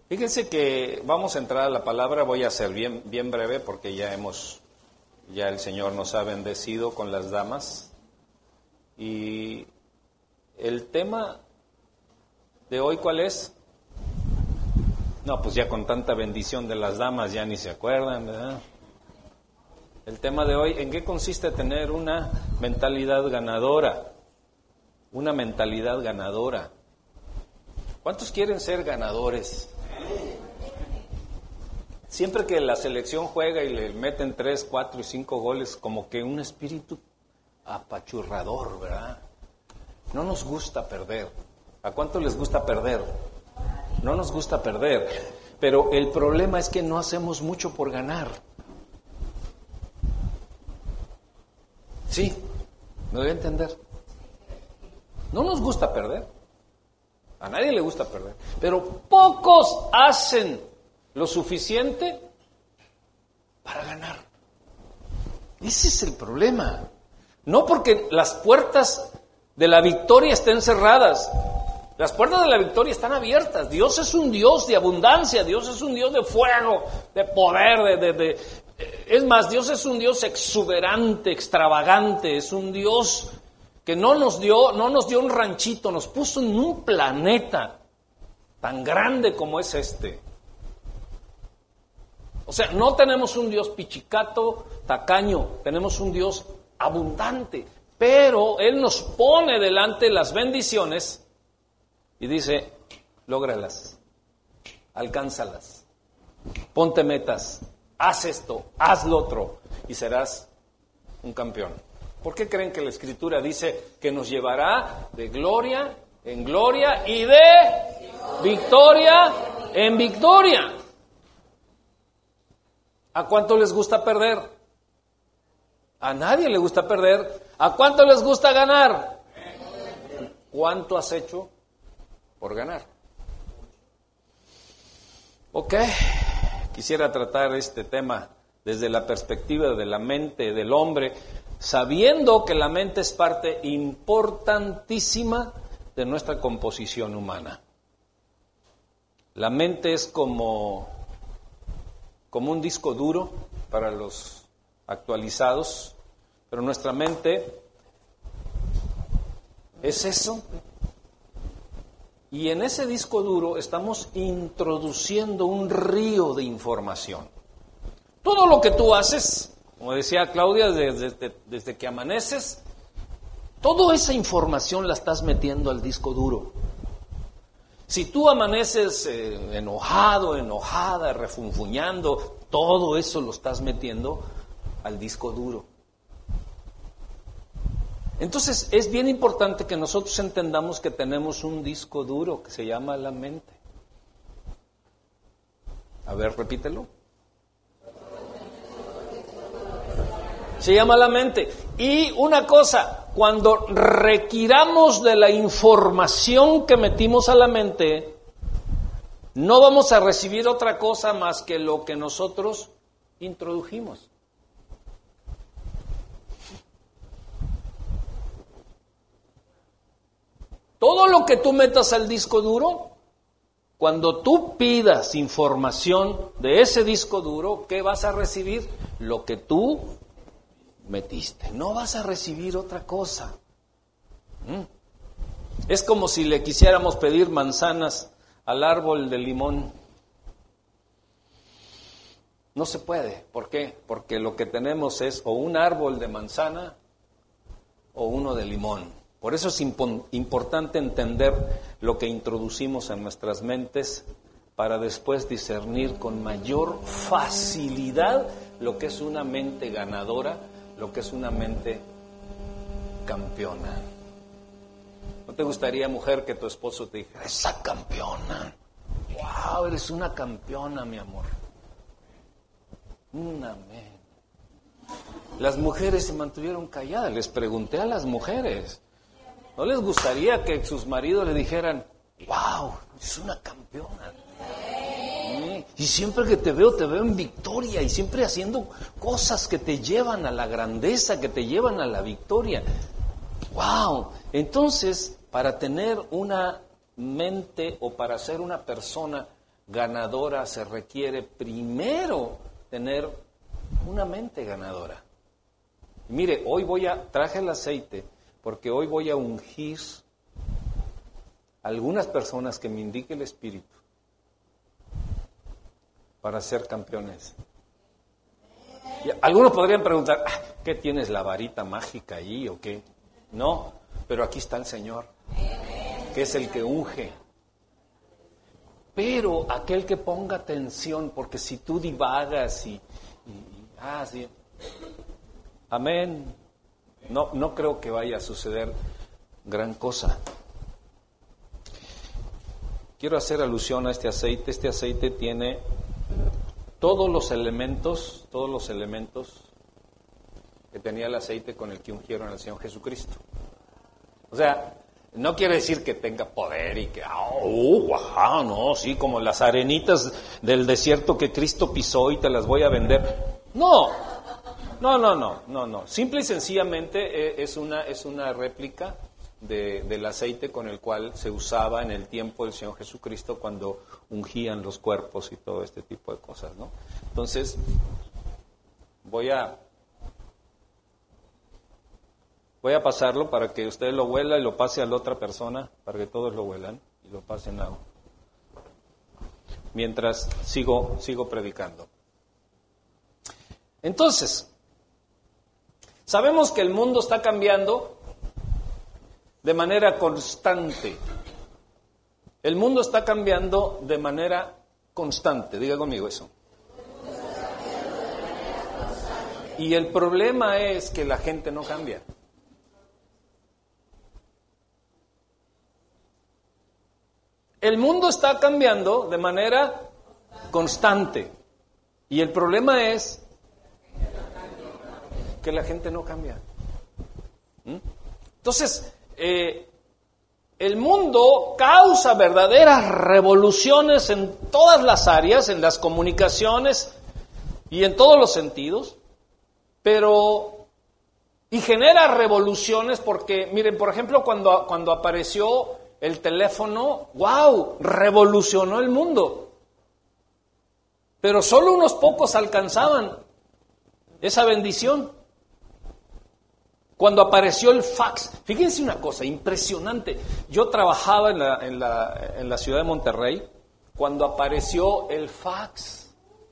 Fíjense que vamos a entrar a la palabra, voy a ser bien breve porque ya el Señor nos ha bendecido con las damas. Y el tema de hoy, ¿cuál es? No, pues ya con tanta bendición de las damas ya ni se acuerdan, ¿verdad? El tema de hoy, ¿en qué consiste tener una mentalidad ganadora? Una mentalidad ganadora. ¿Cuántos quieren ser ganadores? Siempre que la selección juega y le meten 3, 4 y 5 goles, como que un espíritu apachurrador, ¿verdad? No nos gusta perder. ¿A cuánto les gusta perder? No nos gusta perder. Pero el problema es que no hacemos mucho por ganar. Sí, me doy a entender. No nos gusta perder. A nadie le gusta perder. Pero pocos hacen lo suficiente para ganar. Ese es el problema. No porque las puertas de la victoria estén cerradas. Las puertas de la victoria están abiertas. Dios es un Dios de abundancia. Dios es un Dios de fuego, de poder, es más, Dios es un Dios exuberante, extravagante. Es un Dios que no nos dio un ranchito, nos puso en un planeta tan grande como es este. O sea, no tenemos un Dios pichicato, tacaño, tenemos un Dios abundante, pero Él nos pone delante las bendiciones y dice, lógralas, alcánzalas, ponte metas, haz esto, haz lo otro y serás un campeón. ¿Por qué creen que la Escritura dice que nos llevará de gloria en gloria y de victoria en victoria? ¿A cuánto les gusta perder? A nadie le gusta perder. ¿A cuánto les gusta ganar? ¿Cuánto has hecho por ganar? Ok, quisiera tratar este tema desde la perspectiva de la mente del hombre, sabiendo que la mente es parte importantísima de nuestra composición humana. La mente es como un disco duro para los actualizados, pero nuestra mente es eso. Y en ese disco duro estamos introduciendo un río de información. Todo lo que tú haces, como decía Claudia, desde que amaneces, toda esa información la estás metiendo al disco duro. Si tú amaneces enojado, enojada, refunfuñando, todo eso lo estás metiendo al disco duro. Entonces es bien importante que nosotros entendamos que tenemos un disco duro que se llama la mente. A ver, repítelo. Se llama la mente. Y una cosa, cuando requiramos de la información que metimos a la mente, no vamos a recibir otra cosa más que lo que nosotros introdujimos. Todo lo que tú metas al disco duro, cuando tú pidas información de ese disco duro, ¿qué vas a recibir? Lo que tú metiste. No vas a recibir otra cosa. Es como si le quisiéramos pedir manzanas al árbol de limón. No se puede. ¿Por qué? Porque lo que tenemos es o un árbol de manzana o uno de limón. Por eso es importante entender lo que introducimos en nuestras mentes para después discernir con mayor facilidad lo que es una mente ganadora, lo que es una mente campeona. ¿No te gustaría, mujer, que tu esposo te dijera, esa campeona? ¡Wow! Eres una campeona, mi amor. Amén. Las mujeres se mantuvieron calladas. Les pregunté a las mujeres, ¿no les gustaría que sus maridos le dijeran, wow, es una campeona? Y siempre que te veo en victoria y siempre haciendo cosas que te llevan a la grandeza, que te llevan a la victoria. ¡Wow! Entonces, para tener una mente o para ser una persona ganadora se requiere primero tener una mente ganadora. Mire, hoy traje el aceite porque hoy voy a ungir a algunas personas que me indique el Espíritu para ser campeones. Y algunos podrían preguntar, ¿qué tienes, la varita mágica ahí o qué? No, pero aquí está el Señor, que es el que unge. Pero aquel que ponga atención, porque si tú divagas sí, amén, no creo que vaya a suceder gran cosa. Quiero hacer alusión a este aceite. Este aceite tiene todos los elementos que tenía el aceite con el que ungieron al Señor Jesucristo. O sea, no quiere decir que tenga poder y que, wow, no, sí, como las arenitas del desierto que Cristo pisó y te las voy a vender. No. Simple y sencillamente es una réplica del aceite con el cual se usaba en el tiempo del Señor Jesucristo cuando ungían los cuerpos y todo este tipo de cosas, ¿no? Entonces, voy a pasarlo para que usted lo huela y lo pase a la otra persona, para que todos lo huelan y lo pasen a... mientras sigo predicando. Entonces, sabemos que el mundo está cambiando de manera constante. El mundo está cambiando de manera constante. Diga conmigo eso. Y el problema es que la gente no cambia. El mundo está cambiando de manera constante. Y el problema es que la gente no cambia. Entonces, el mundo causa verdaderas revoluciones en todas las áreas, en las comunicaciones y en todos los sentidos, y genera revoluciones porque, miren, por ejemplo, cuando apareció el teléfono, ¡wow!, revolucionó el mundo. Pero solo unos pocos alcanzaban esa bendición. Cuando apareció el fax, fíjense una cosa impresionante. Yo trabajaba en la ciudad de Monterrey cuando apareció el fax.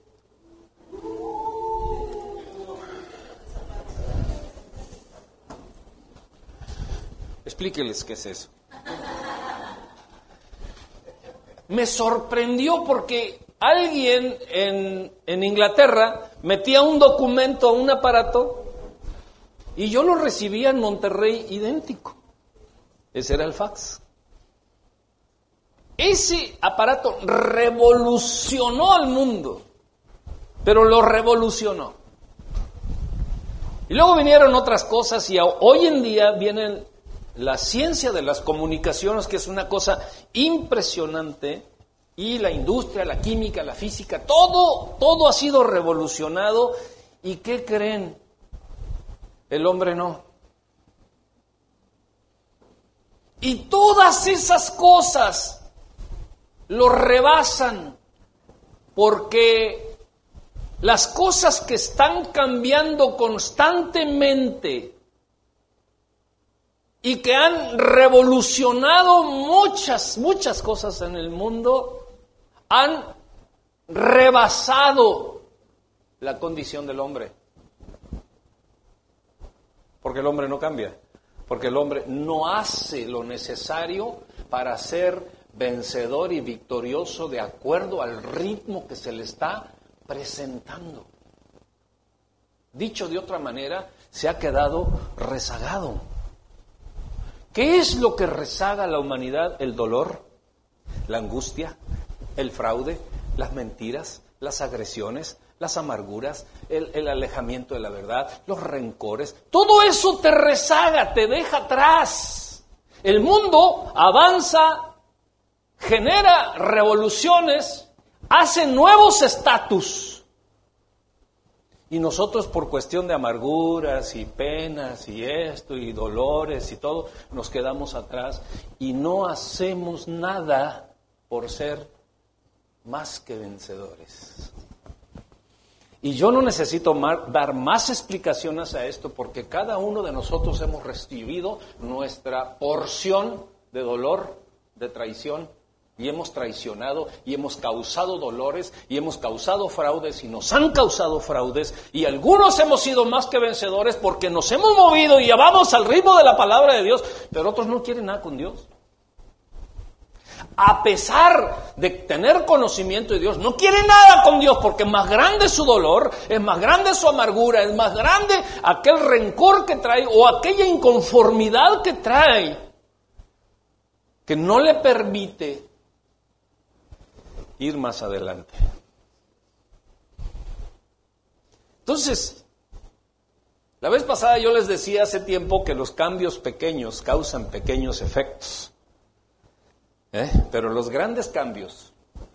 Explíqueles qué es eso. Me sorprendió porque alguien en Inglaterra metía un documento a un aparato y yo lo recibía en Monterrey idéntico. Ese era el fax. Ese aparato revolucionó al mundo, pero lo revolucionó. Y luego vinieron otras cosas y hoy en día viene la ciencia de las comunicaciones, que es una cosa impresionante, y la industria, la química, la física, todo ha sido revolucionado. ¿Y qué creen? El hombre no. Y todas esas cosas lo rebasan, porque las cosas que están cambiando constantemente y que han revolucionado muchas cosas en el mundo, han rebasado la condición del hombre. Porque el hombre no cambia, porque el hombre no hace lo necesario para ser vencedor y victorioso de acuerdo al ritmo que se le está presentando. Dicho de otra manera, se ha quedado rezagado. ¿Qué es lo que rezaga a la humanidad? El dolor, la angustia, el fraude, las mentiras, las agresiones, las amarguras, el alejamiento de la verdad, los rencores. Todo eso te rezaga, te deja atrás. El mundo avanza, genera revoluciones, hace nuevos estatus. Y nosotros, por cuestión de amarguras y penas y esto y dolores y todo, nos quedamos atrás y no hacemos nada por ser más que vencedores. Y yo no necesito dar más explicaciones a esto porque cada uno de nosotros hemos recibido nuestra porción de dolor, de traición, y hemos traicionado y hemos causado dolores y hemos causado fraudes y nos han causado fraudes, y algunos hemos sido más que vencedores porque nos hemos movido y ya vamos al ritmo de la palabra de Dios, pero otros no quieren nada con Dios. A pesar de tener conocimiento de Dios, no quiere nada con Dios porque es más grande su dolor, es más grande su amargura, es más grande aquel rencor que trae o aquella inconformidad que trae, que no le permite ir más adelante. Entonces, la vez pasada yo les decía hace tiempo que los cambios pequeños causan pequeños efectos. Pero los grandes cambios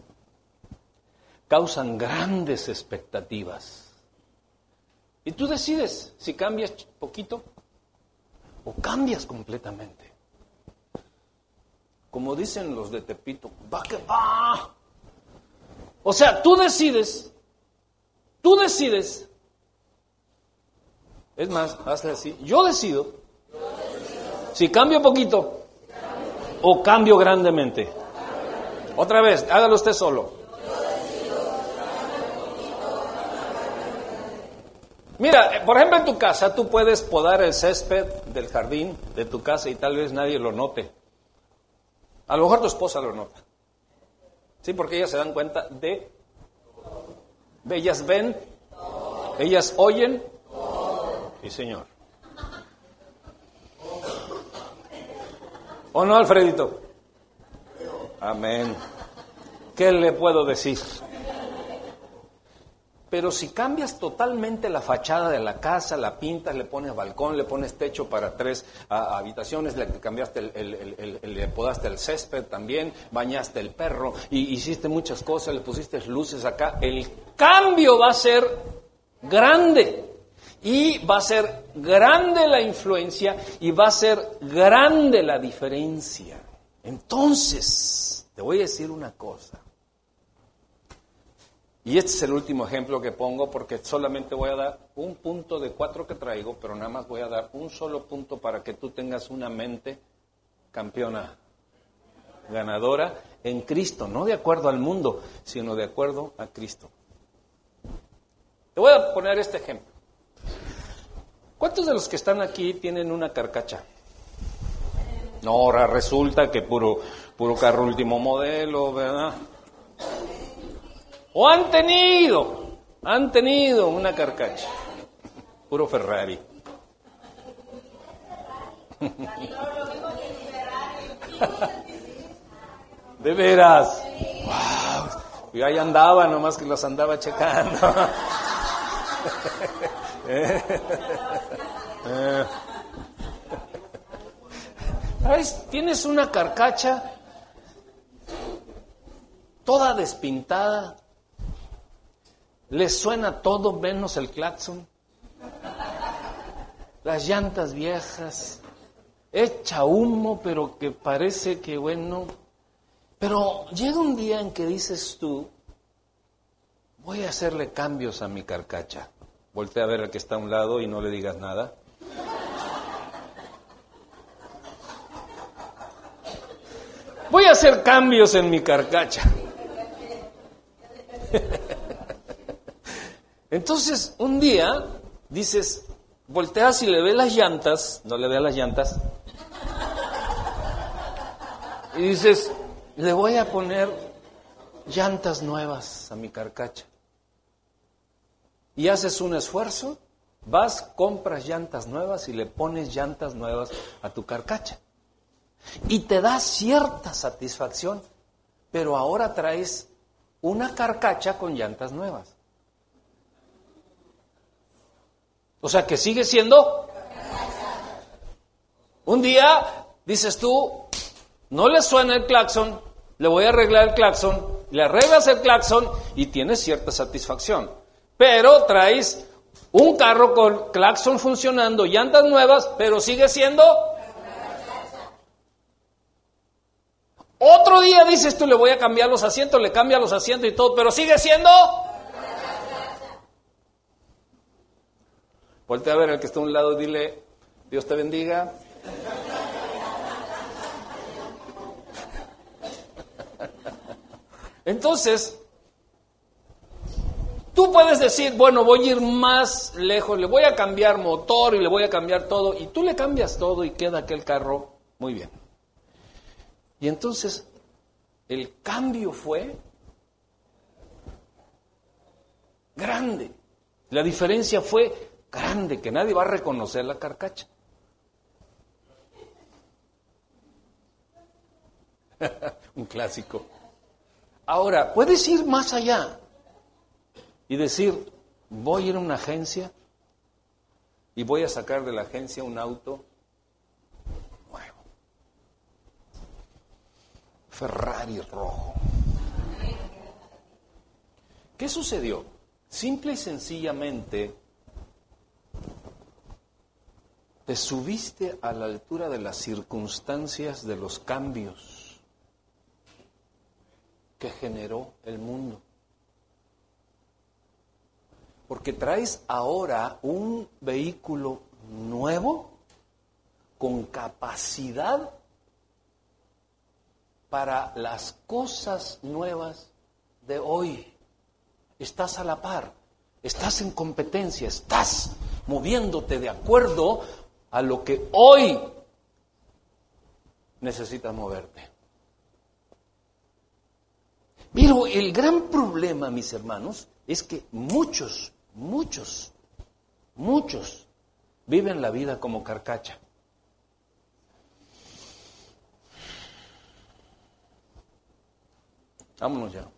causan grandes expectativas. Y tú decides si cambias poquito o cambias completamente. Como dicen los de Tepito, va que va. O sea, tú decides. Es más, hazle así. Yo decido si cambio poquito o cambio grandemente. Otra vez, hágalo usted solo. Mira, por ejemplo en tu casa tú puedes podar el césped del jardín de tu casa y tal vez nadie lo note. A lo mejor tu esposa lo nota. Sí, porque ellas se dan cuenta de ellas ven, ellas oyen. Sí, señor. ¿O no, Alfredito? Amén. ¿Qué le puedo decir? Pero si cambias totalmente la fachada de la casa, la pintas, le pones balcón, le pones techo para 3 habitaciones, le cambiaste le podaste el césped también, bañaste el perro y hiciste muchas cosas, le pusiste luces acá, el cambio va a ser grande. Y va a ser grande la influencia y va a ser grande la diferencia. Entonces, te voy a decir una cosa. Y este es el último ejemplo que pongo porque solamente voy a dar un punto de 4 que traigo, pero nada más voy a dar un solo punto para que tú tengas una mente campeona, ganadora en Cristo, no de acuerdo al mundo, sino de acuerdo a Cristo. Te voy a poner este ejemplo. ¿Cuántos de los que están aquí tienen una carcacha? No, ahora resulta que puro carro último modelo, ¿verdad? O han tenido una carcacha, puro Ferrari. De veras. Wow. Yo ahí andaba, nomás que los andaba checando. ¿Sabes? Tienes una carcacha toda despintada, le suena todo menos el claxon, las llantas viejas, echa humo, pero que parece que bueno. Pero llega un día en que dices tú, voy a hacerle cambios a mi carcacha. Voltea a ver al que está a un lado y no le digas nada. Voy a hacer cambios en mi carcacha. Entonces, un día dices, volteas y le ves las llantas, no le veas las llantas, y dices, le voy a poner llantas nuevas a mi carcacha. Y haces un esfuerzo, vas, compras llantas nuevas y le pones llantas nuevas a tu carcacha. Y te da cierta satisfacción, pero ahora traes una carcacha con llantas nuevas. O sea que sigue siendo. Un día dices tú, no le suena el claxon, le voy a arreglar el claxon, le arreglas el claxon y tienes cierta satisfacción. Pero traes un carro con claxon funcionando, llantas nuevas, pero sigue siendo. Otro día dices tú, le voy a cambiar los asientos, le cambia los asientos y todo, pero sigue siendo. Voltea a ver al que está a un lado, dile, Dios te bendiga. Entonces, tú puedes decir, bueno, voy a ir más lejos, le voy a cambiar motor y le voy a cambiar todo, y tú le cambias todo y queda aquel carro muy bien. Y entonces, el cambio fue grande. La diferencia fue grande, que nadie va a reconocer la carcacha. Un clásico. Ahora, puedes ir más allá y decir, voy a ir a una agencia y voy a sacar de la agencia un auto nuevo. Ferrari rojo. ¿Qué sucedió? Simple y sencillamente te subiste a la altura de las circunstancias de los cambios que generó el mundo. Porque traes ahora un vehículo nuevo con capacidad para las cosas nuevas de hoy. Estás a la par, estás en competencia, estás moviéndote de acuerdo a lo que hoy necesitas moverte. Pero el gran problema, mis hermanos, es que muchos viven la vida como carcacha. Vámonos ya.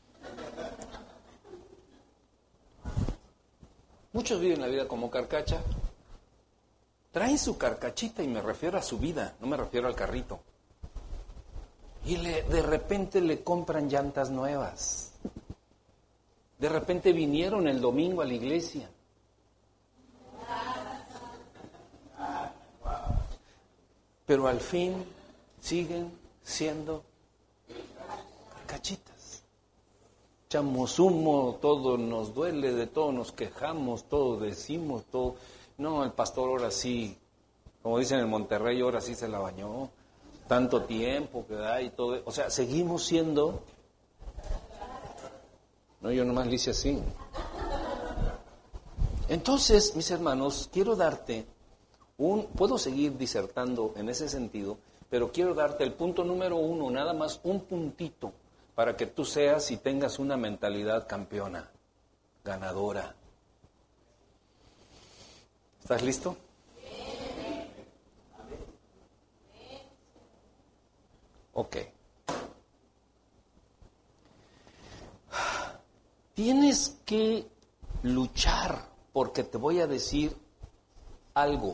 Muchos viven la vida como carcacha. Traen su carcachita y me refiero a su vida, no me refiero al carrito. Y de repente le compran llantas nuevas. De repente vinieron el domingo a la iglesia. Pero al fin siguen siendo carcachitas. Echamos humo, todo nos duele, de todo nos quejamos, todo decimos, todo. No, el pastor ahora sí, como dicen en Monterrey, ahora sí se la bañó. Tanto tiempo que da y todo. O sea, seguimos siendo. No, yo nomás le hice así. Entonces, mis hermanos, quiero darte puedo seguir disertando en ese sentido, pero quiero darte el punto número 1, nada más un puntito, para que tú seas y tengas una mentalidad campeona, ganadora. ¿Estás listo? Ok. Tienes que luchar, porque te voy a decir algo.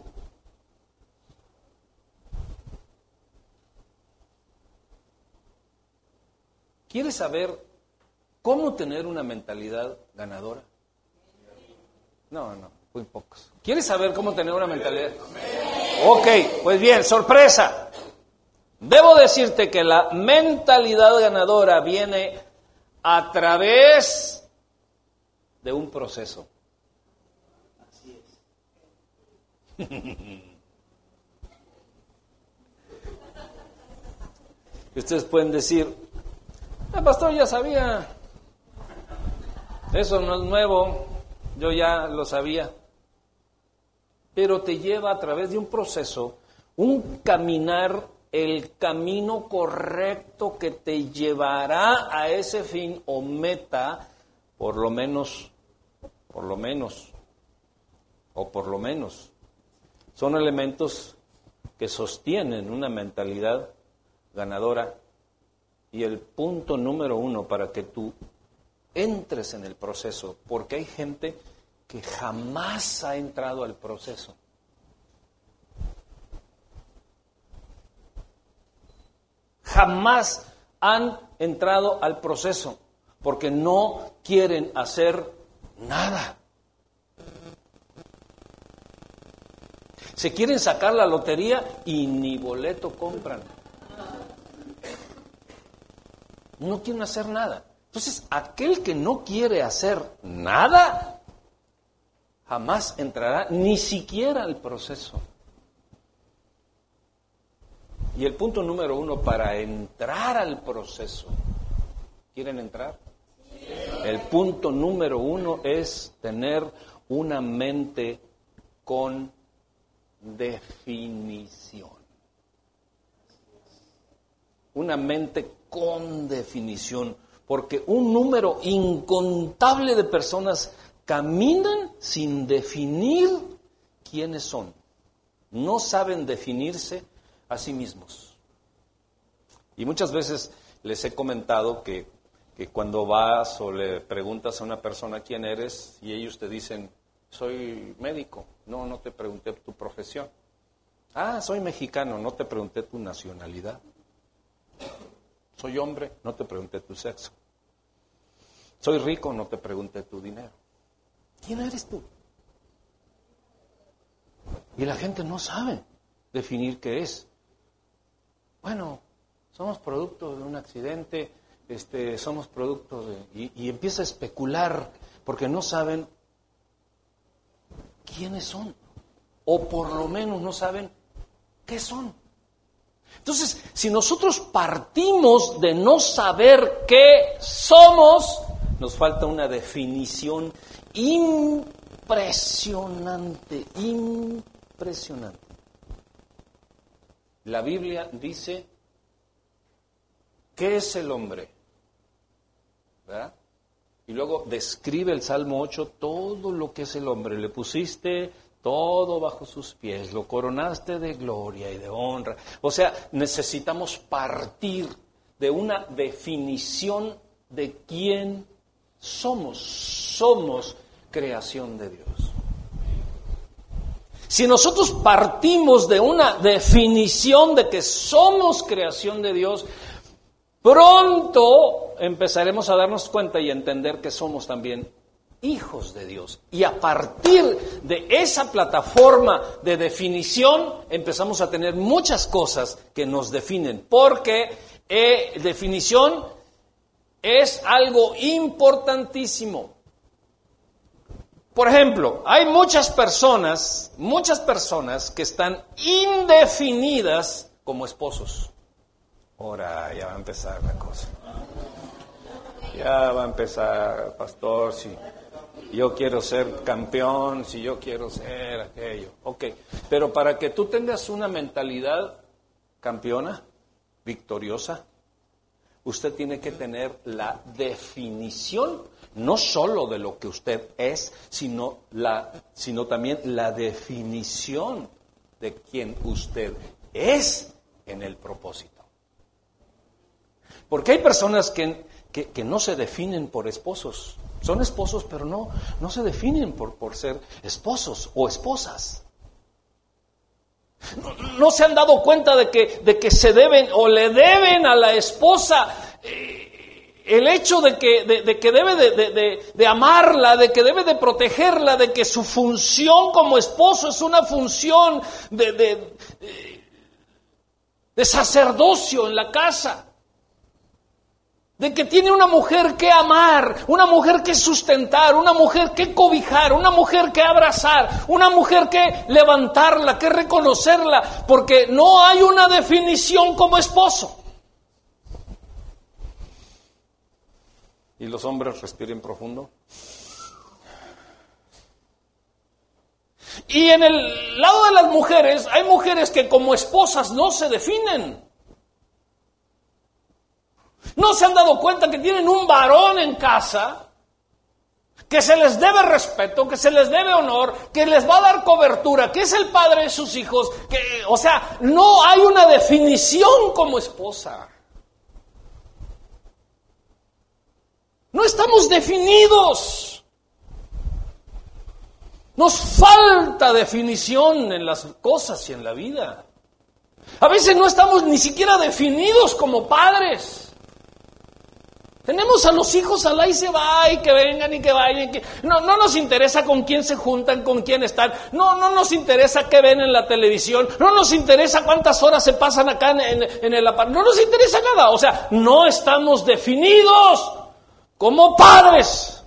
¿Quieres saber cómo tener una mentalidad ganadora? No, muy pocos. ¿Quieres saber cómo tener una mentalidad? Ok, pues bien, sorpresa. Debo decirte que la mentalidad ganadora viene a través de un proceso. Así es. Y ustedes pueden decir, el pastor ya sabía, eso no es nuevo, yo ya lo sabía. Pero te lleva a través de un proceso, un caminar, el camino correcto que te llevará a ese fin o meta, por lo menos, son elementos que sostienen una mentalidad ganadora. Y el punto número 1 para que tú entres en el proceso, porque hay gente que jamás ha entrado al proceso. Jamás han entrado al proceso, porque no quieren hacer nada. Se quieren sacar la lotería y ni boleto compran. No quieren hacer nada. Entonces, aquel que no quiere hacer nada, jamás entrará ni siquiera al proceso. Y el punto número 1 para entrar al proceso, ¿quieren entrar? Sí. El punto número 1 es tener una mente con definición. Una mente con definición, porque un número incontable de personas caminan sin definir quiénes son. No saben definirse a sí mismos. Y muchas veces les he comentado que cuando vas o le preguntas a una persona quién eres y ellos te dicen, soy médico. No te pregunté tu profesión. Ah, soy mexicano, no te pregunté tu nacionalidad. Soy hombre, no te pregunté tu sexo. Soy rico, no te pregunté tu dinero. ¿Quién eres tú? Y la gente no sabe definir qué es. Bueno, somos producto de un accidente, somos producto de... Y empieza a especular porque no saben quiénes son. O por lo menos no saben qué son. Entonces, si nosotros partimos de no saber qué somos, nos falta una definición impresionante. La Biblia dice, ¿qué es el hombre? ¿Verdad? Y luego describe el Salmo 8 todo lo que es el hombre. Le pusiste todo bajo sus pies, lo coronaste de gloria y de honra. O sea, necesitamos partir de una definición de quién somos. Somos creación de Dios. Si nosotros partimos de una definición de que somos creación de Dios, pronto empezaremos a darnos cuenta y a entender que somos también hijos de Dios. Y a partir de esa plataforma de definición empezamos a tener muchas cosas que nos definen, porque definición es algo importantísimo. Por ejemplo, hay muchas personas que están indefinidas como esposos. Ahora ya va a empezar la cosa. Ya va a empezar, pastor, si yo quiero ser campeón, si yo quiero ser aquello. Ok, pero para que tú tengas una mentalidad campeona, victoriosa, usted tiene que tener la definición, no solo de lo que usted es, sino también la definición de quién usted es en el propósito. Porque hay personas que no se definen por esposos. Son esposos, pero no se definen por ser esposos o esposas. No se han dado cuenta de que se deben o le deben a la esposa el hecho de que debe de amarla, de que debe de protegerla, de que su función como esposo es una función de sacerdocio en la casa. De que tiene una mujer que amar, una mujer que sustentar, una mujer que cobijar, una mujer que abrazar, una mujer que levantarla, que reconocerla, porque no hay una definición como esposo. Y los hombres respiren profundo. Y en el lado de las mujeres, hay mujeres que como esposas no se definen. ¿No se han dado cuenta que tienen un varón en casa, que se les debe respeto, que se les debe honor, que les va a dar cobertura, que es el padre de sus hijos? O sea, no hay una definición como esposa. No estamos definidos. Nos falta definición en las cosas y en la vida. A veces no estamos ni siquiera definidos como padres. Tenemos a los hijos al ahí se va y que vengan y que vayan. No nos interesa con quién se juntan, con quién están. No nos interesa qué ven en la televisión. No nos interesa cuántas horas se pasan acá en el apartamento. No nos interesa nada. O sea, no estamos definidos como padres.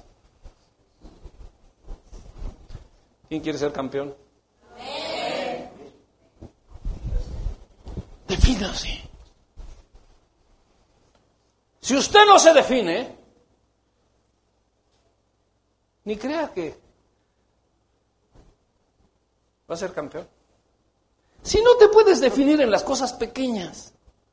¿Quién quiere ser campeón? Defínase. Si usted no se define, ni crea que va a ser campeón. Si no te puedes definir en las cosas pequeñas.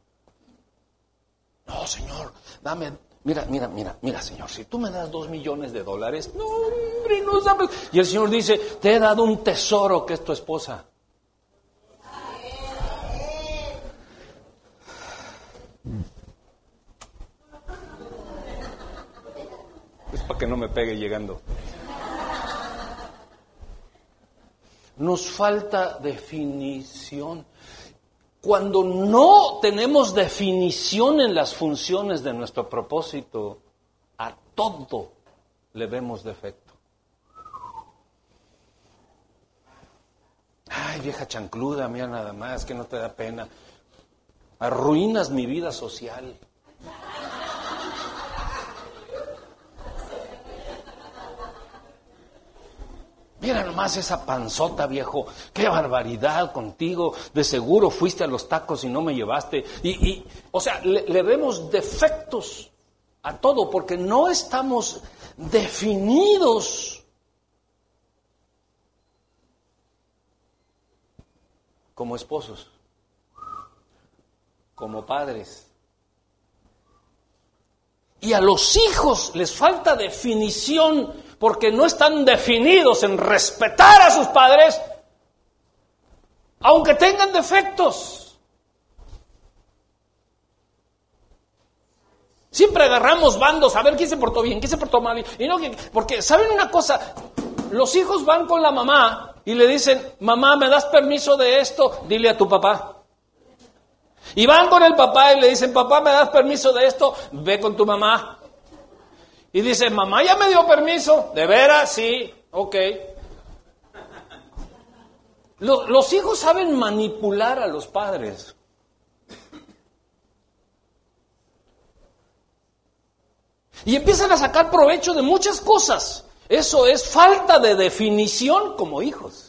No, Señor, dame, mira, Señor, si tú me das $2 millones, no, hombre, no sabes. Y el Señor dice, te he dado un tesoro que es tu esposa. Es para que no me pegue llegando. Nos falta definición. Cuando no tenemos definición en las funciones de nuestro propósito, a todo le vemos defecto. Ay, vieja chancluda, mira nada más, que no te da pena. Arruinas mi vida social. Mira nomás esa panzota, viejo. Qué barbaridad contigo. De seguro fuiste a los tacos y no me llevaste. O sea, le vemos defectos a todo porque no estamos definidos como esposos, como padres. Y a los hijos les falta definición porque no están definidos en respetar a sus padres, aunque tengan defectos. Siempre agarramos bandos a ver quién se portó bien, quién se portó mal. Y no, porque, ¿saben una cosa? Los hijos van con la mamá y le dicen, mamá, ¿me das permiso de esto? Dile a tu papá. Y van con el papá y le dicen, papá, ¿me das permiso de esto? Ve con tu mamá. Y dice, mamá ya me dio permiso. ¿De veras? Sí, ok. Los hijos saben manipular a los padres. Y empiezan a sacar provecho de muchas cosas. Eso es falta de definición como hijos.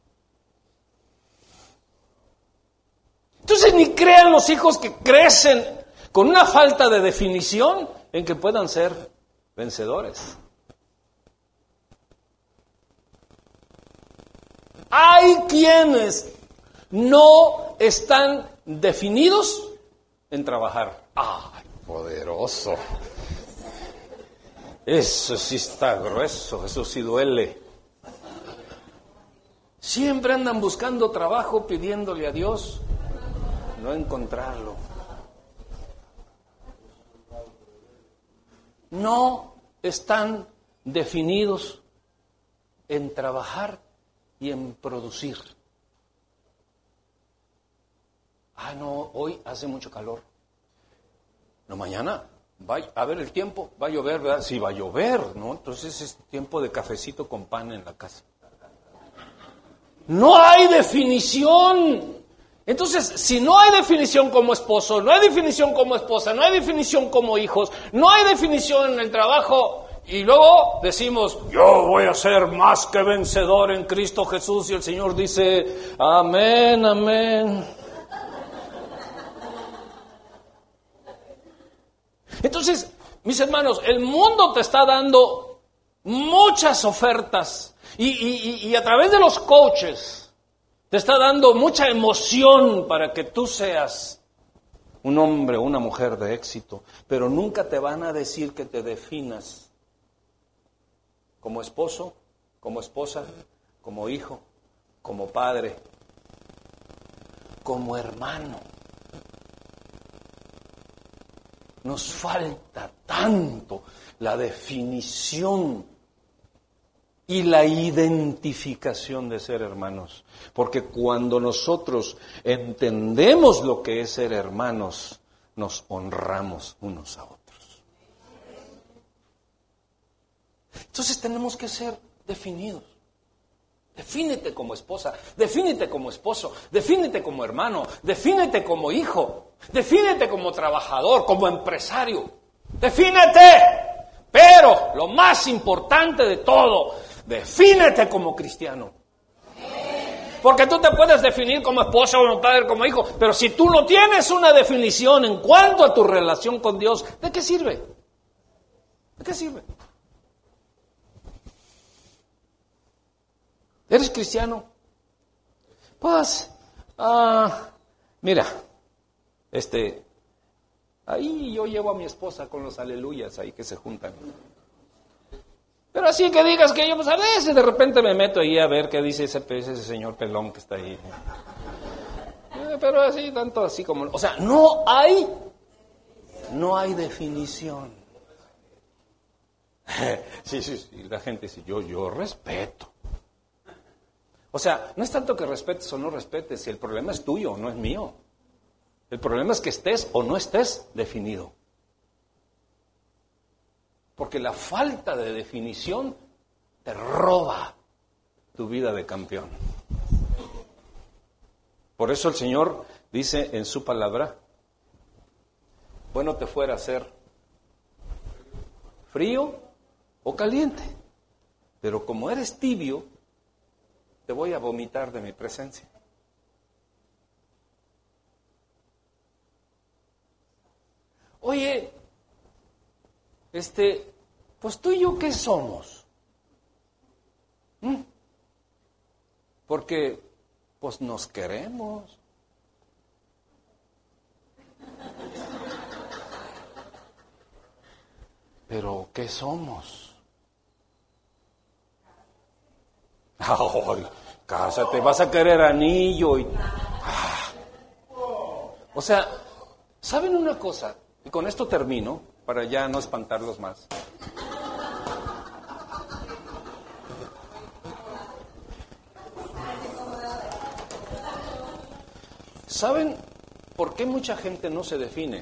Entonces ni crean los hijos que crecen con una falta de definición en que puedan ser vencedores. Hay quienes no están definidos en trabajar. ¡Ay, poderoso! Eso sí está grueso, eso sí duele. Siempre andan buscando trabajo, pidiéndole a Dios no encontrarlo. No están definidos en trabajar y en producir. Ah, no, hoy hace mucho calor. No, mañana va a ver el tiempo, va a llover, ¿verdad? Sí, va a llover, ¿no? Entonces es tiempo de cafecito con pan en la casa. No hay definición. Entonces, si no hay definición como esposo, no hay definición como esposa, no hay definición como hijos, no hay definición en el trabajo, y luego decimos, yo voy a ser más que vencedor en Cristo Jesús, y el Señor dice, amén, amén. Entonces, mis hermanos, el mundo te está dando muchas ofertas, y a través de los coaches, te está dando mucha emoción para que tú seas un hombre o una mujer de éxito, pero nunca te van a decir que te definas como esposo, como esposa, como hijo, como padre, como hermano. Nos falta tanto la definición y la identificación de ser hermanos. Porque cuando nosotros entendemos lo que es ser hermanos, nos honramos unos a otros. Entonces tenemos que ser definidos. Defínete como esposa, defínete como esposo, defínete como hermano, defínete como hijo, defínete como trabajador, como empresario. Defínete. Pero lo más importante de todo, defínete como cristiano. Porque tú te puedes definir como esposa, como padre, como hijo, pero si tú no tienes una definición en cuanto a tu relación con Dios, ¿de qué sirve? ¿De qué sirve? ¿Eres cristiano? Pues, mira, ahí yo llevo a mi esposa con los aleluyas ahí que se juntan. Pero así que digas que yo, pues a veces de repente me meto ahí a ver qué dice ese señor pelón que está ahí. Pero así, tanto así como, o sea, no hay definición. Sí, la gente dice, yo respeto. O sea, no es tanto que respetes o no respetes, si el problema es tuyo, no es mío. El problema es que estés o no estés definido. Porque la falta de definición te roba tu vida de campeón. Por eso el Señor dice en su palabra, bueno te fuera ser frío o caliente, pero como eres tibio, te voy a vomitar de mi presencia. Oye, pues tú y yo, ¿qué somos? Porque, pues nos queremos. Pero, ¿qué somos? Ay, cásate, vas a querer anillo y... O sea, ¿saben una cosa? Y con esto termino, para ya no espantarlos más. ¿Saben por qué mucha gente no se define?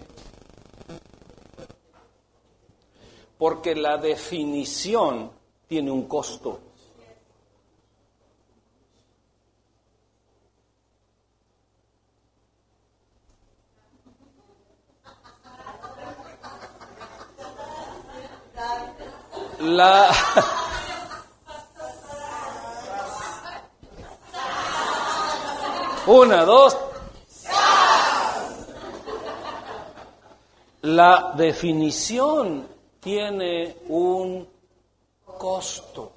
Porque la definición tiene un costo. Una, dos. La definición tiene un costo.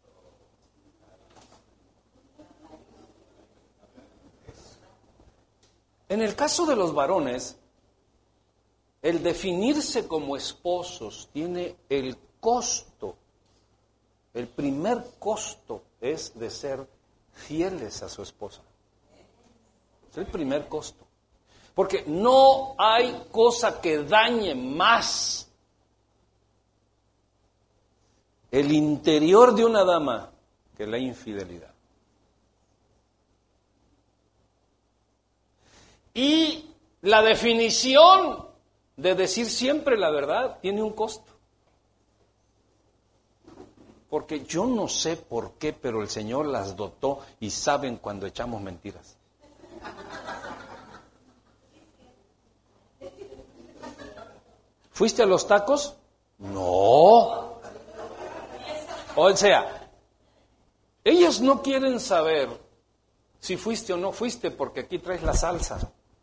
En el caso de los varones, el definirse como esposos tiene el costo. El primer costo es de ser fieles a su esposa. Es el primer costo. Porque no hay cosa que dañe más el interior de una dama que la infidelidad. Y la definición de decir siempre la verdad tiene un costo. Porque yo no sé por qué, pero el Señor las dotó y saben cuando echamos mentiras. ¿Fuiste a los tacos? No. O sea, ellos no quieren saber si fuiste o no fuiste porque aquí traes la salsa.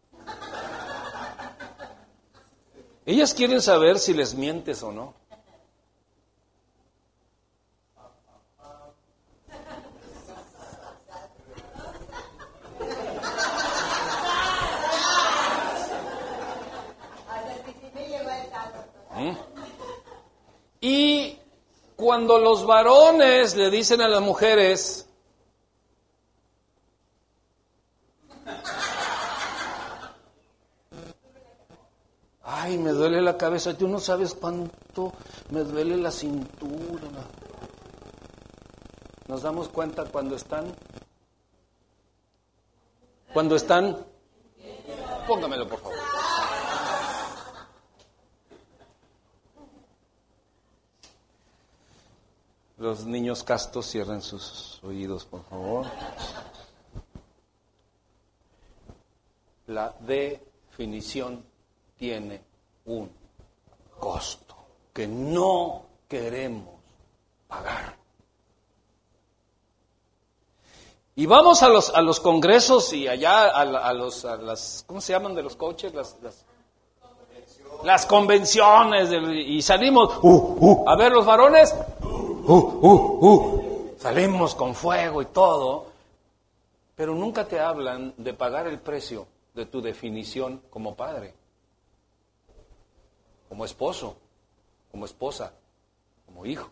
Ellas quieren saber si les mientes o no. Y cuando los varones le dicen a las mujeres, ay, me duele la cabeza, tú no sabes cuánto me duele la cintura. Nos damos cuenta cuando están, póngamelo por favor. Los niños castos cierren sus oídos, por favor. La definición tiene un costo que no queremos pagar. Y vamos a los congresos y allá a las ¿cómo se llaman de los coaches? Las convenciones y salimos a ver los varones salimos con fuego y todo, pero nunca te hablan de pagar el precio de tu definición como padre, como esposo, como esposa, como hijo.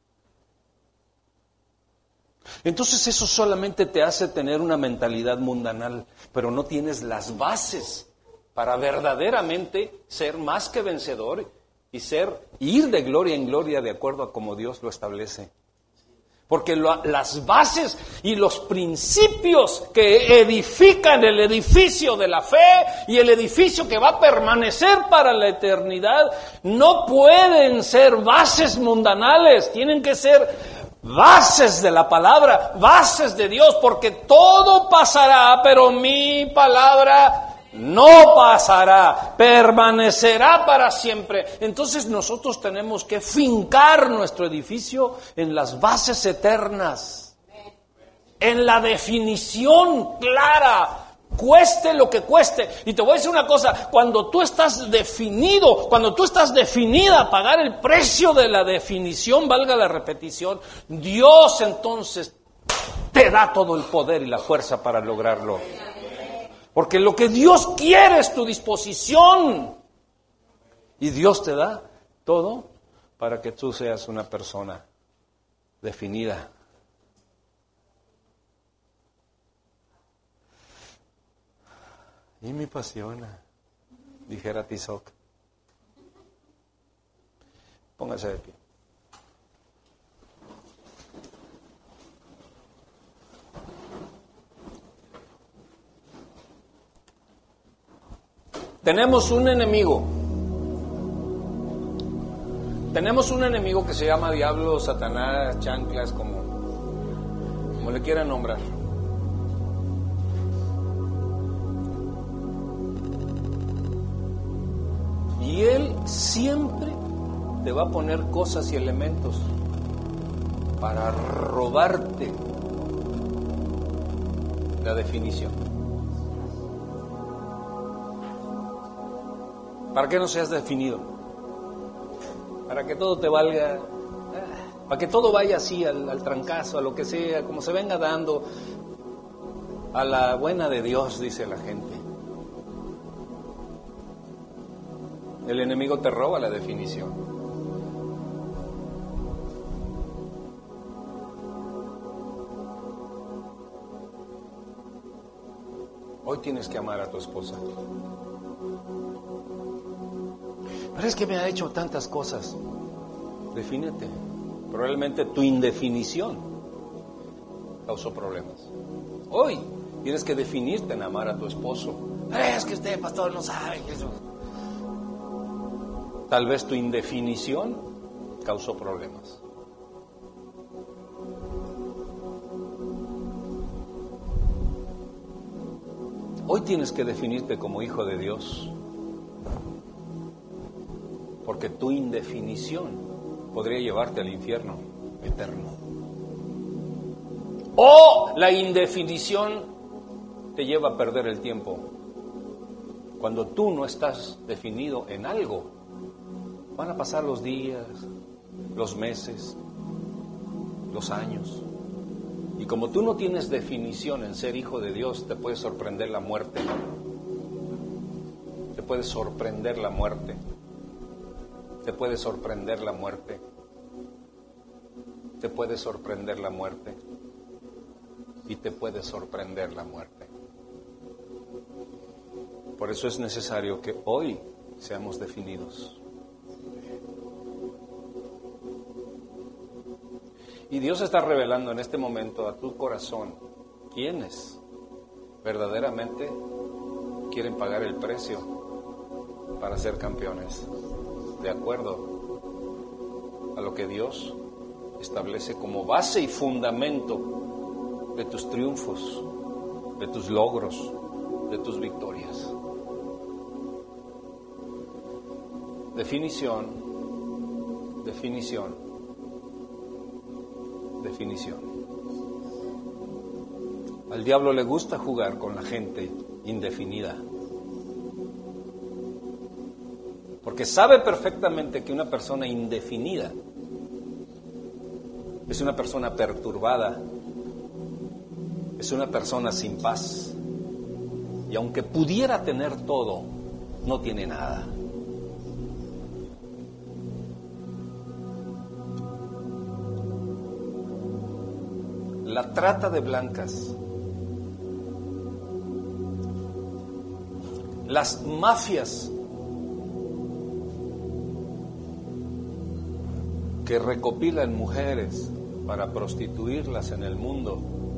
Entonces eso solamente te hace tener una mentalidad mundanal, pero no tienes las bases para verdaderamente ser más que vencedor y ir de gloria en gloria de acuerdo a como Dios lo establece. Porque las bases y los principios que edifican el edificio de la fe y el edificio que va a permanecer para la eternidad no pueden ser bases mundanales, tienen que ser bases de la palabra, bases de Dios, porque todo pasará, pero mi palabra no pasará, permanecerá para siempre. Entonces nosotros tenemos que fincar nuestro edificio en las bases eternas, en la definición clara, cueste lo que cueste. Y te voy a decir una cosa, cuando tú estás definido, cuando tú estás definida a pagar el precio de la definición, valga la repetición, Dios entonces te da todo el poder y la fuerza para lograrlo. Porque lo que Dios quiere es tu disposición. Y Dios te da todo para que tú seas una persona definida. Y me apasiona, dijera Tizoc. Póngase de pie. Tenemos un enemigo. Tenemos un enemigo que se llama diablo, Satanás, chanclas, como le quieran nombrar. Y él siempre te va a poner cosas y elementos para robarte la definición. Para que no seas definido. Para que todo te valga, para que todo vaya así al trancazo, a lo que sea, como se venga dando, a la buena de Dios, dice la gente. El enemigo te roba la definición. Hoy tienes que amar a tu esposa. Pero es que me ha hecho tantas cosas. Defínete. Probablemente tu indefinición causó problemas. Hoy tienes que definirte en amar a tu esposo. Es que usted, pastor, no sabe que eso. Tal vez tu indefinición causó problemas. Hoy tienes que definirte como hijo de Dios, porque tu indefinición podría llevarte al infierno eterno. O la indefinición te lleva a perder el tiempo. Cuando tú no estás definido en algo, van a pasar los días, los meses, los años. Y como tú no tienes definición en ser hijo de Dios, te puede sorprender la muerte. Te puede sorprender la muerte. Te puede sorprender la muerte. Te puede sorprender la muerte. Y te puede sorprender la muerte. Por eso es necesario que hoy seamos definidos. Y Dios está revelando en este momento a tu corazón quiénes verdaderamente quieren pagar el precio para ser campeones, de acuerdo a lo que Dios establece como base y fundamento de tus triunfos, de tus logros, de tus victorias. Definición, definición, definición. Al diablo le gusta jugar con la gente indefinida, porque sabe perfectamente que una persona indefinida es una persona perturbada, es una persona sin paz, y aunque pudiera tener todo, no tiene nada. La trata de blancas, las mafias que recopilan mujeres para prostituirlas en el mundo,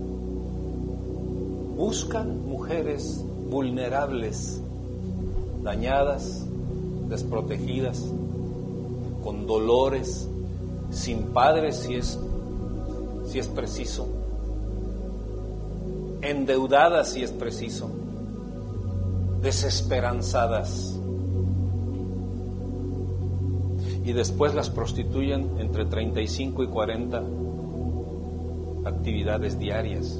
buscan mujeres vulnerables, dañadas, desprotegidas, con dolores, sin padres si es preciso, endeudadas si es preciso, desesperanzadas, y después las prostituyen entre 35 y 40 actividades diarias.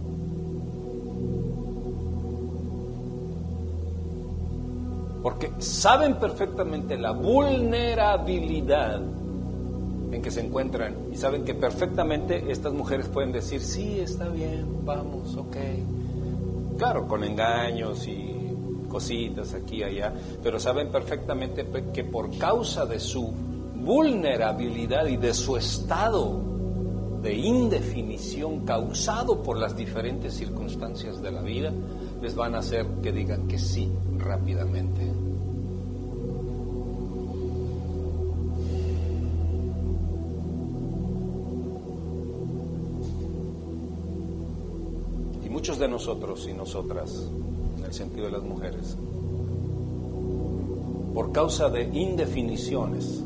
Porque saben perfectamente la vulnerabilidad en que se encuentran, y saben que perfectamente estas mujeres pueden decir, sí, está bien, vamos, ok. Claro, con engaños y cositas aquí y allá, pero saben perfectamente que por causa de su vulnerabilidad y de su estado de indefinición causado por las diferentes circunstancias de la vida, les van a hacer que digan que sí rápidamente. Y muchos de nosotros y nosotras, en el sentido de las mujeres, por causa de indefiniciones,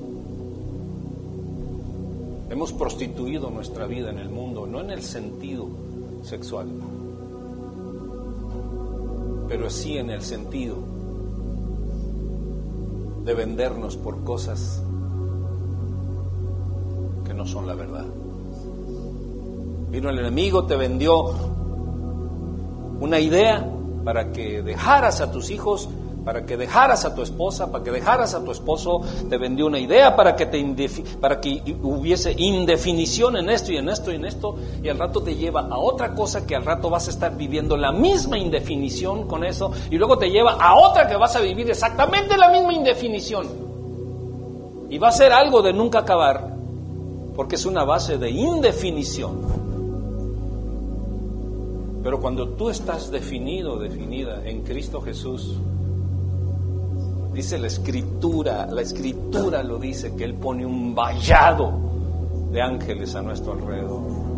hemos prostituido nuestra vida en el mundo, no en el sentido sexual, pero sí en el sentido de vendernos por cosas que no son la verdad. Vino el enemigo, te vendió una idea para que dejaras a tus hijos, para que dejaras a tu esposa, para que dejaras a tu esposo, te vendió una idea para que hubiese indefinición en esto y en esto y en esto, y al rato te lleva a otra cosa que al rato vas a estar viviendo la misma indefinición con eso, y luego te lleva a otra que vas a vivir exactamente la misma indefinición, y va a ser algo de nunca acabar, porque es una base de indefinición. Pero cuando tú estás definido, definida en Cristo Jesús, dice la Escritura lo dice, que Él pone un vallado de ángeles a nuestro alrededor.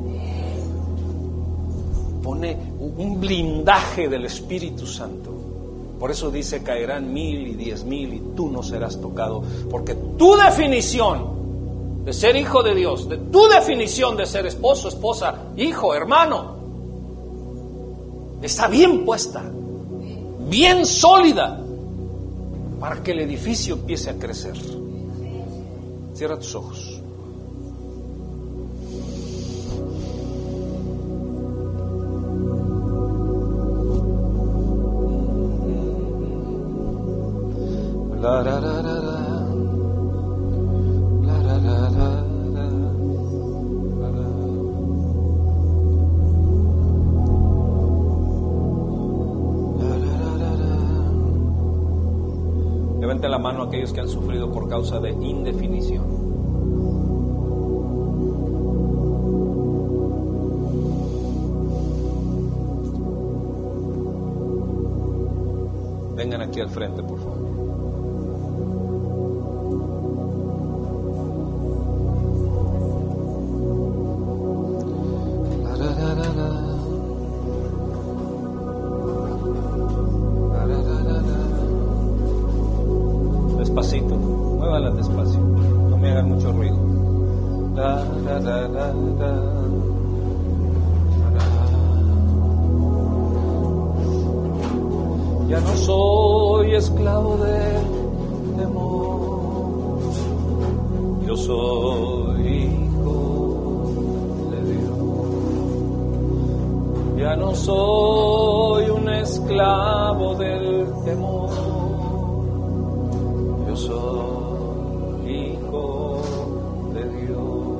Pone un blindaje del Espíritu Santo. Por eso dice, caerán 1000 y 10,000 y tú no serás tocado. Porque tu definición de ser hijo de Dios, de tu definición de ser esposo, esposa, hijo, hermano, está bien puesta, bien sólida, para que el edificio empiece a crecer. Cierra tus ojos. La, la, la, la, la. La, la, la, la. Levanten la mano a aquellos que han sufrido por causa de indefinición. Vengan aquí al frente, por favor. Despacito, muévanlas despacio, no me hagan mucho ruido. La Ya no soy esclavo del temor, yo soy hijo de Dios. Ya no soy un esclavo del temor, yo soy hijo de Dios.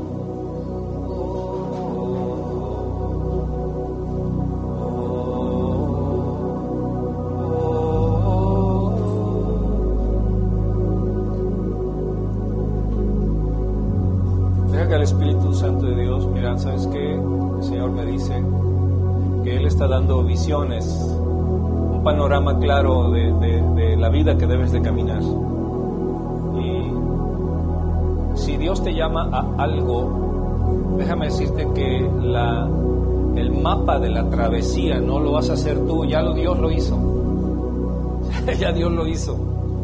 Que el Espíritu Santo de Dios, mira, ¿sabes qué? El Señor me dice que Él está dando visiones, un panorama claro de la vida que debes de caminar. Y si Dios te llama a algo, déjame decirte que el mapa de la travesía no lo vas a hacer tú, Dios lo hizo. Ya Dios lo hizo.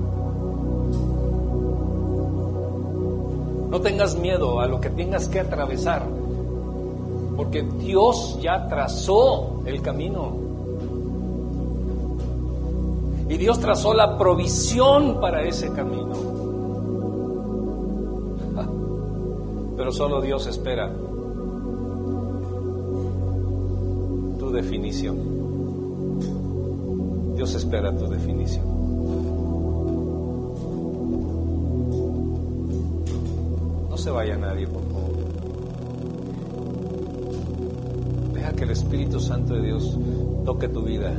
No tengas miedo a lo que tengas que atravesar, porque Dios ya trazó el camino. Y Dios trazó la provisión para ese camino. Pero solo Dios espera tu definición. Dios espera tu definición. No se vaya nadie, por favor. Deja que el Espíritu Santo de Dios toque tu vida.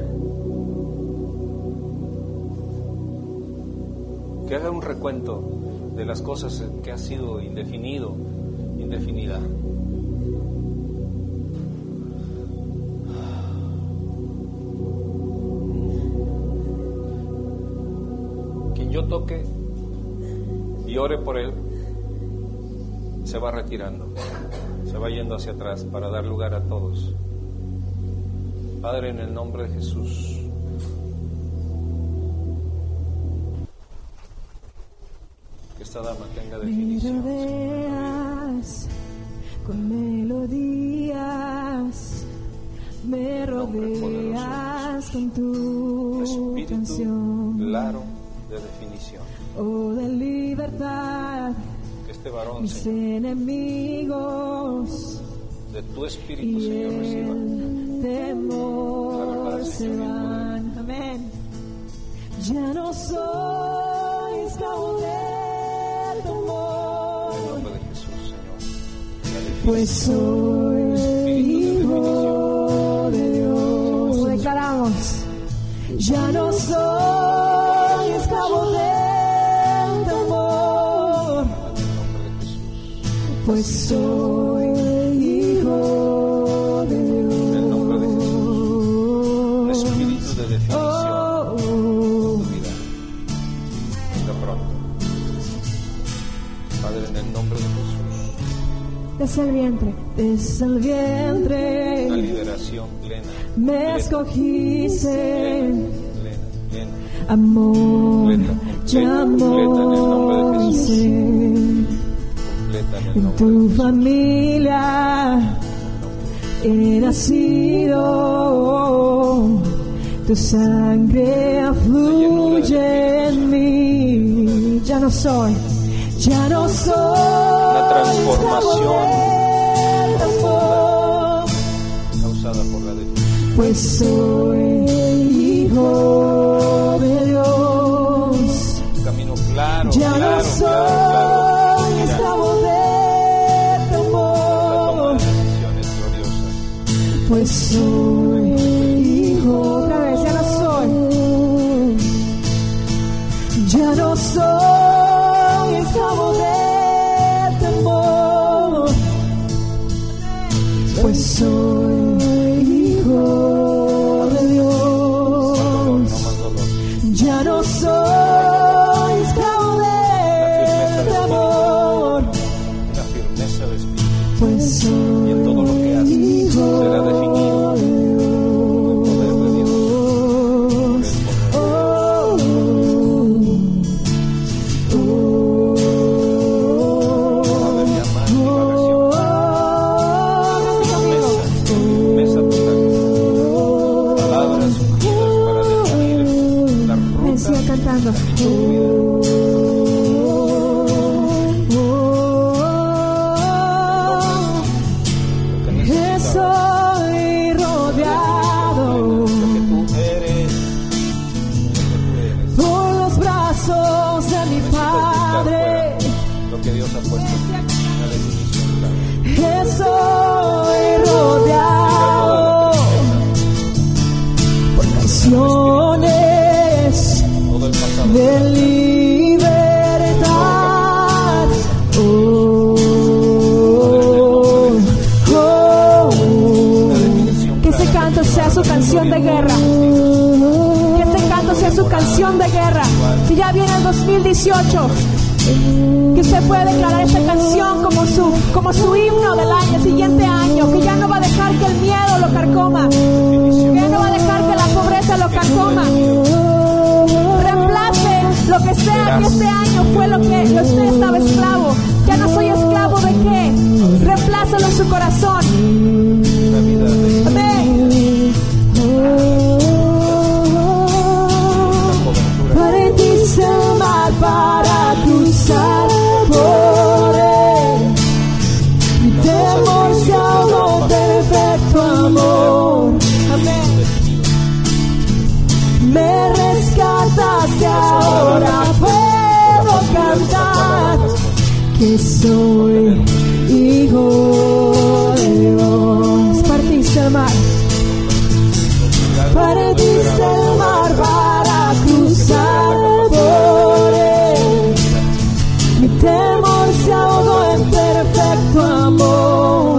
Que haga un recuento de las cosas que has sido indefinido, indefinida. Quien yo toque y ore por él, se va retirando, se va yendo hacia atrás para dar lugar a todos. Padre, en el nombre de Jesús, que esta dama tenga definición. Me rodeas con melodías, me rodeas con tu Espíritu canción, claro de definición. oh de libertad. Este varón, Mis Señor, enemigos de tu Espíritu, y Señor, reciba el la temor verdad, se Señor, y el van. Amén. Ya no soy esclavo del en temor, el nombre de Jesús, Señor. La pues soy hijo de Dios. Lo declaramos. Ya no soy esclavo del temor, pues soy hijo de Dios. En el nombre de Jesús, un espíritu de definición en tu vida. Venga pronto. Padre, en el nombre de Jesús, Desde el vientre, una liberación plena. me escogiste, Plena. amor, llamó mi ser. Completa en el En nombre tu de Jesús. familia he nacido, tu sangre fluye en mí. Ya no soy Una transformación amor, causada por la definición. pues soy hijo de Dios. Un camino claro, Ya no claro, soy claro. Mira, esclavo de la toma temor, de decisiones gloriosas. pues soy hijo. Otra vez, ya no soy esclavo de temor, pues soy hijo de Dios. No más dolor. Ya no soy esclavo de temor, Una firmeza de espíritu. pues soy Y en todo lo que haces hijo será definido de por el poder de Dios. Dios. Oh, No va a haber ya más divagación. soy rodeado por canciones Todo el pasado. de libertad. Oh, oh, que ese canto sea su canción de guerra. Que ese canto sea su canción de guerra. Que ya viene el 2018. Que usted puede declarar esta canción como su himno del siguiente año. Que ya no va a dejar que el miedo lo carcoma. Que ya no va a dejar que la pobreza lo carcoma. Reemplace lo que sea que este año fue lo que usted estaba esclavo. Ya no soy esclavo de qué. Reemplácelo en su corazón. Amén. Partiste el mar para cruzar por él. Mi temor se ahogó en perfecto amor. Amén. Me rescataste, ahora puedo cantar que soy hijo de Dios. Partiste el mar. Partiste el mar para cruzar por él. Mi temor se ahogó en perfecto amor.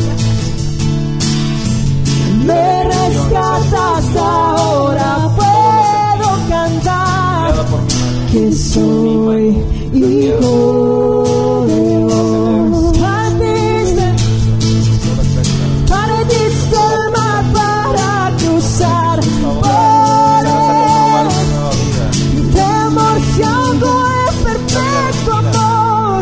Me rescataste, ahora puedo cantar que soy hijo de Dios. Partiste el mar para cruzar por él. Mi temor se ahogó en perfecto amor.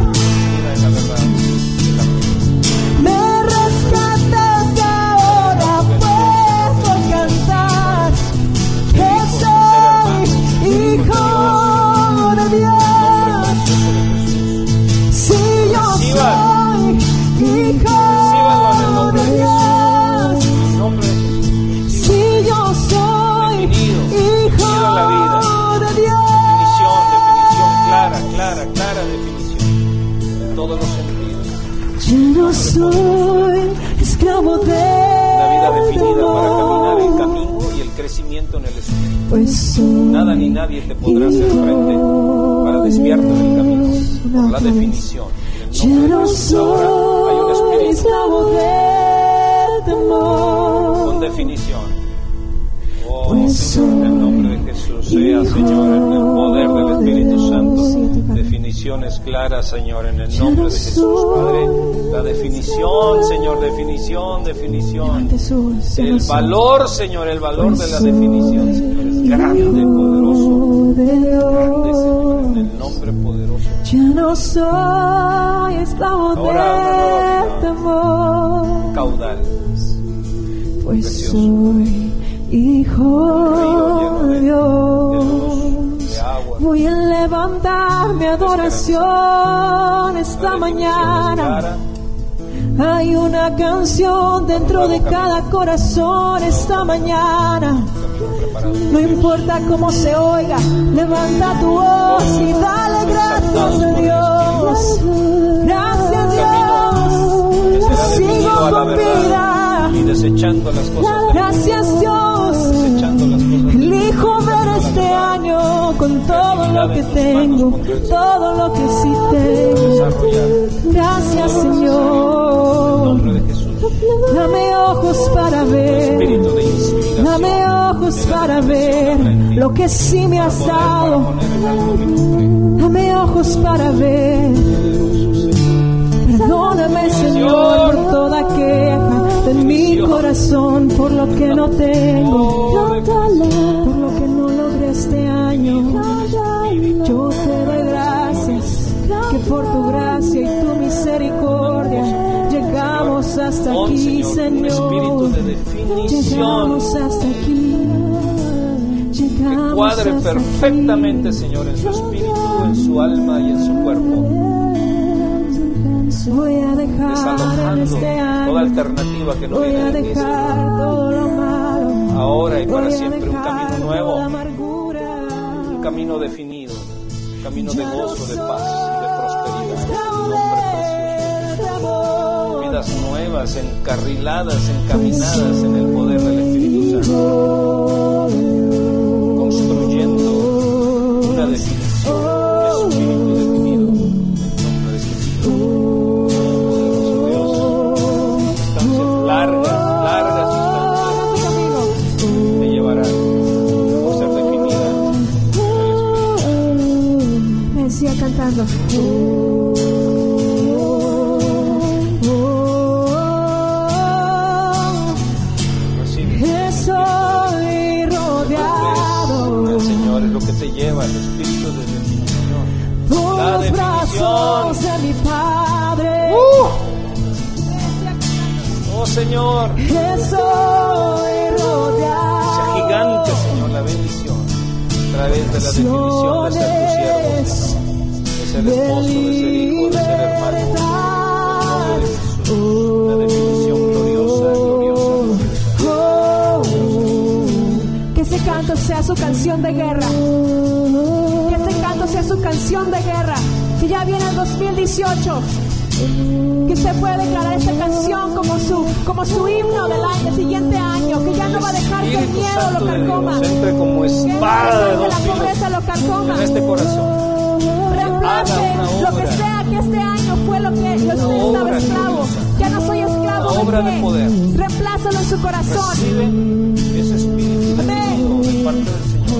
Me rescataste, ahora puedo cantar que soy hijo de Dios. Si yo soy hijo de Dios. Si yo soy hijo de Dios. Clara definición. En todos los sentidos. Yo no soy esclavo de La vida definida para caminar el camino y el crecimiento en el espíritu. pues soy Nada ni nadie te podrá hacer frente para desviarte del camino. Por la definición. En yo el nombre de no Jesús ahora hay un soy espíritu esclavo del temor. con definición. Oh, Pues Señor, en el nombre de Jesús, sea, Señor, en el poder del Espíritu Santo, definiciones claras, Señor, en el nombre de Jesús, Padre, la definición, Señor, definición. El valor, Señor, el valor de la definición, Señor, es grande, poderoso, grande, Señor, en el nombre poderoso. Yo no soy esclavo del temor, Caudal, pues precioso. soy hijo de Dios. de agua. Voy a levantar mi adoración esta mañana. Hay una canción dentro de cada corazón esta mañana. No importa cómo se oiga, levanta tu voz y dale gracias a Dios. Gracias Dios, sigo con vida. Y desechando las cosas de Gracias Dios, desechando las cosas de elijo ver este año con todo lo que tengo, todo lo que sí tengo. desarrollar. Gracias En Señor. nombre de Jesús. Dame ojos para ver, Espíritu de inspiración. dame ojos para ver lo que sí me has dado. Dame ojos para ver. Perdóname, Señor, por toda queja de mi corazón, por lo que no tengo, por lo que no logré este año. Yo te doy gracias, que por tu gracia y tu misericordia llegamos hasta aquí, Señor. Llegamos hasta aquí. Llegamos Cuadre hasta perfectamente, aquí. Señor, en su espíritu, en su alma y en su cuerpo. Voy a dejar en Desalojando este año, toda alternativa que no voy viene a de ti, Señor. dejar todo lo malo, Ahora y para voy a siempre un dejar camino nuevo, toda amargura. un camino definido, un camino de Ya no gozo, de soy paz y de prosperidad. En el esclavo nombre precioso de del Jesús. temor. Vida vidas nuevas, encarriladas, encaminadas en el poder del Espíritu Santo, construyendo una definición, un espíritu definido en nombre de Cristo. Poderoso Dios, distancias largas distancias te llevarán por ser definida en el Espíritu. Me decía cantando. Te lleva el espíritu de definición. Por La los brazos de mi Padre. Oh Señor, Estoy rodeado. sea gigante, Señor, la bendición a través de la definición de ser tu siervo, de ser esposo, de ser hijo, de ser hermano. En nombre de Jesús, una definición gloriosa. Que ese canto sea su canción de guerra. Que ese canto sea su canción de guerra. Que ya viene el 2018. Que usted puede declarar esta canción como su himno del siguiente año. Que ya no va a dejar que el miedo lo carcoma. Entre como espada de que dos la pobreza filos lo carcoma. en este corazón. Reemplace lo que sea que este año fue lo que usted estaba esclavo. Ya no soy esclavo Una obra de de qué. poder. Reemplázalo en su corazón. Recibe ese espíritu de parte del Señor.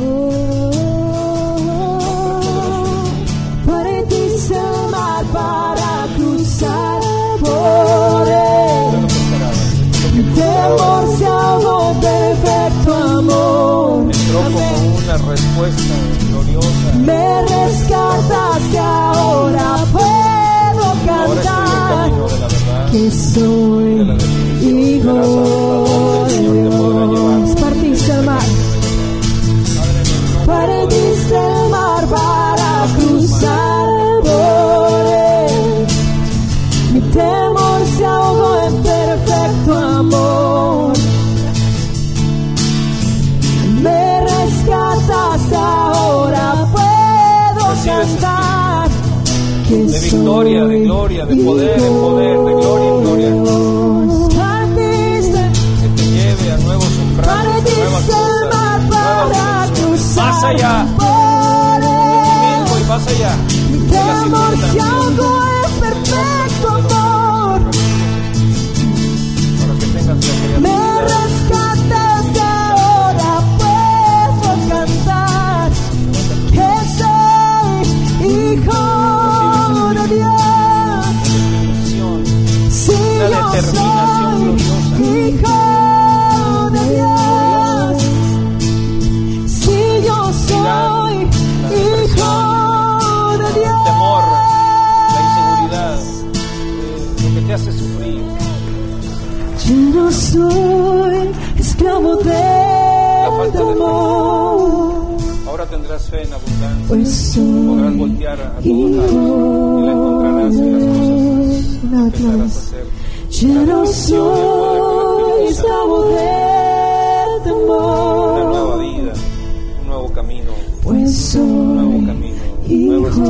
Partiste el mar para cruzar por él. Mi temor se ahogó en perfecto amor. Entró como una respuesta gloriosa. Me rescataste, ahora puedo Ahora estoy en el cantar camino de la verdad, que soy de la definición. hijo Verás hasta dónde el Señor te podrá de llevar. Dios. Partiste el mar. Partiste el mar para cruzar por él. Mi temor se ahogó en perfecto amor. Me rescataste, ahora puedo cantar que De victoria, de gloria, de poder en poder, de gloria en gloria. Partiste, Que te lleve a nuevos umbrales, a nuevas partiste el mar cosas, para nuevas dimensiones. Más cruzar allá, por él. mismo y más allá. Mi de las temor se circunstancias. ahogó en perfecto amor. Para que tengas la Me creatividad. rescataste, ahora puedo cantar que soy hijo de Dios. Si Una yo determinación soy gloriosa. hijo de Dios. Si yo soy hijo de El Dios. temor, la inseguridad, lo que te hace sufrir. Yo no soy esclavo del falta de fe. temor, Ahora tendrás fe en abundancia. pues Podrás soy voltear a todos hijo lados y la encontrarás en las cosas que una vez empezarás a más. hacer. Yo no soy esclavo del Una temor, nueva vida, un nuevo camino, pues un nuevo soy camino, hijo nuevas cosas,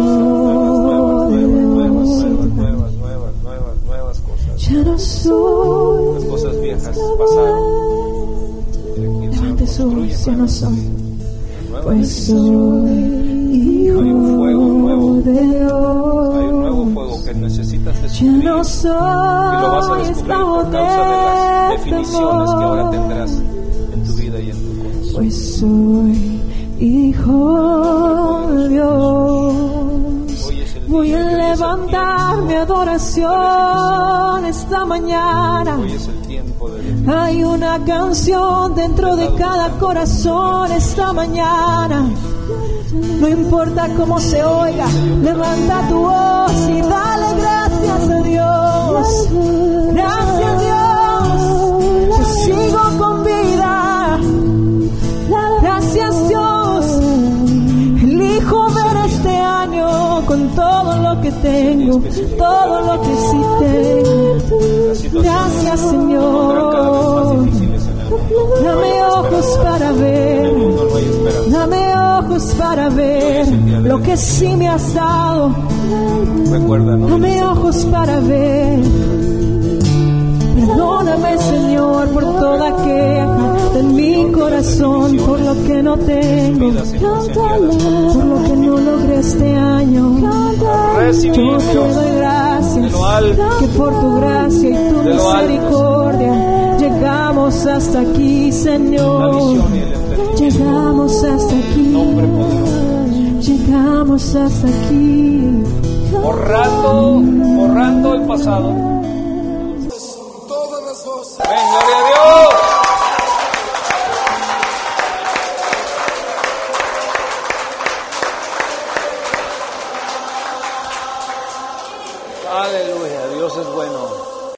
nuevas cosas. yo no soy Las cosas viejas pasaron. Y aquí el Señor levante su voz, construye yo no nuevas, soy, una nueva pues definición. soy hijo Hay un fuego nuevo. de Hay un Dios. nuevo fuego que necesitas Yo descubrir. no Y lo vas a soy descubrir esclavo por causa de las del definiciones que ahora temor, tendrás en tu vida y en tu corazón. pues soy hijo de Dios. Hoy es el Voy día, a hoy es el levantar mi tiempo. adoración esta mañana. Hoy es el tiempo de definición. Hay una canción dentro de cada corazón esta mañana. No importa cómo se oiga, levanta tu voz y dale gracias a Dios. Gracias Dios, yo sigo con vida. Gracias Dios, elijo ver este año con todo lo que tengo, todo lo que sí tengo. Las situaciones Gracias se pondrán cada vez más Señor. difíciles en el mundo. Dame ojos para En el ver, mundo no hay esperanza. dame ojos para ver lo que sí me has dado. Recuerda, no Dame ojos para ver por lo que no logré este año. Yo Recibir, te Dios, doy de gracias lo alto, que por tu gracia y tu de lo alto, misericordia llegamos hasta aquí, la Señor. visión y el entendimiento. Llegamos hasta aquí. Nombre poderoso. Llegamos hasta aquí. Borrando el pasado,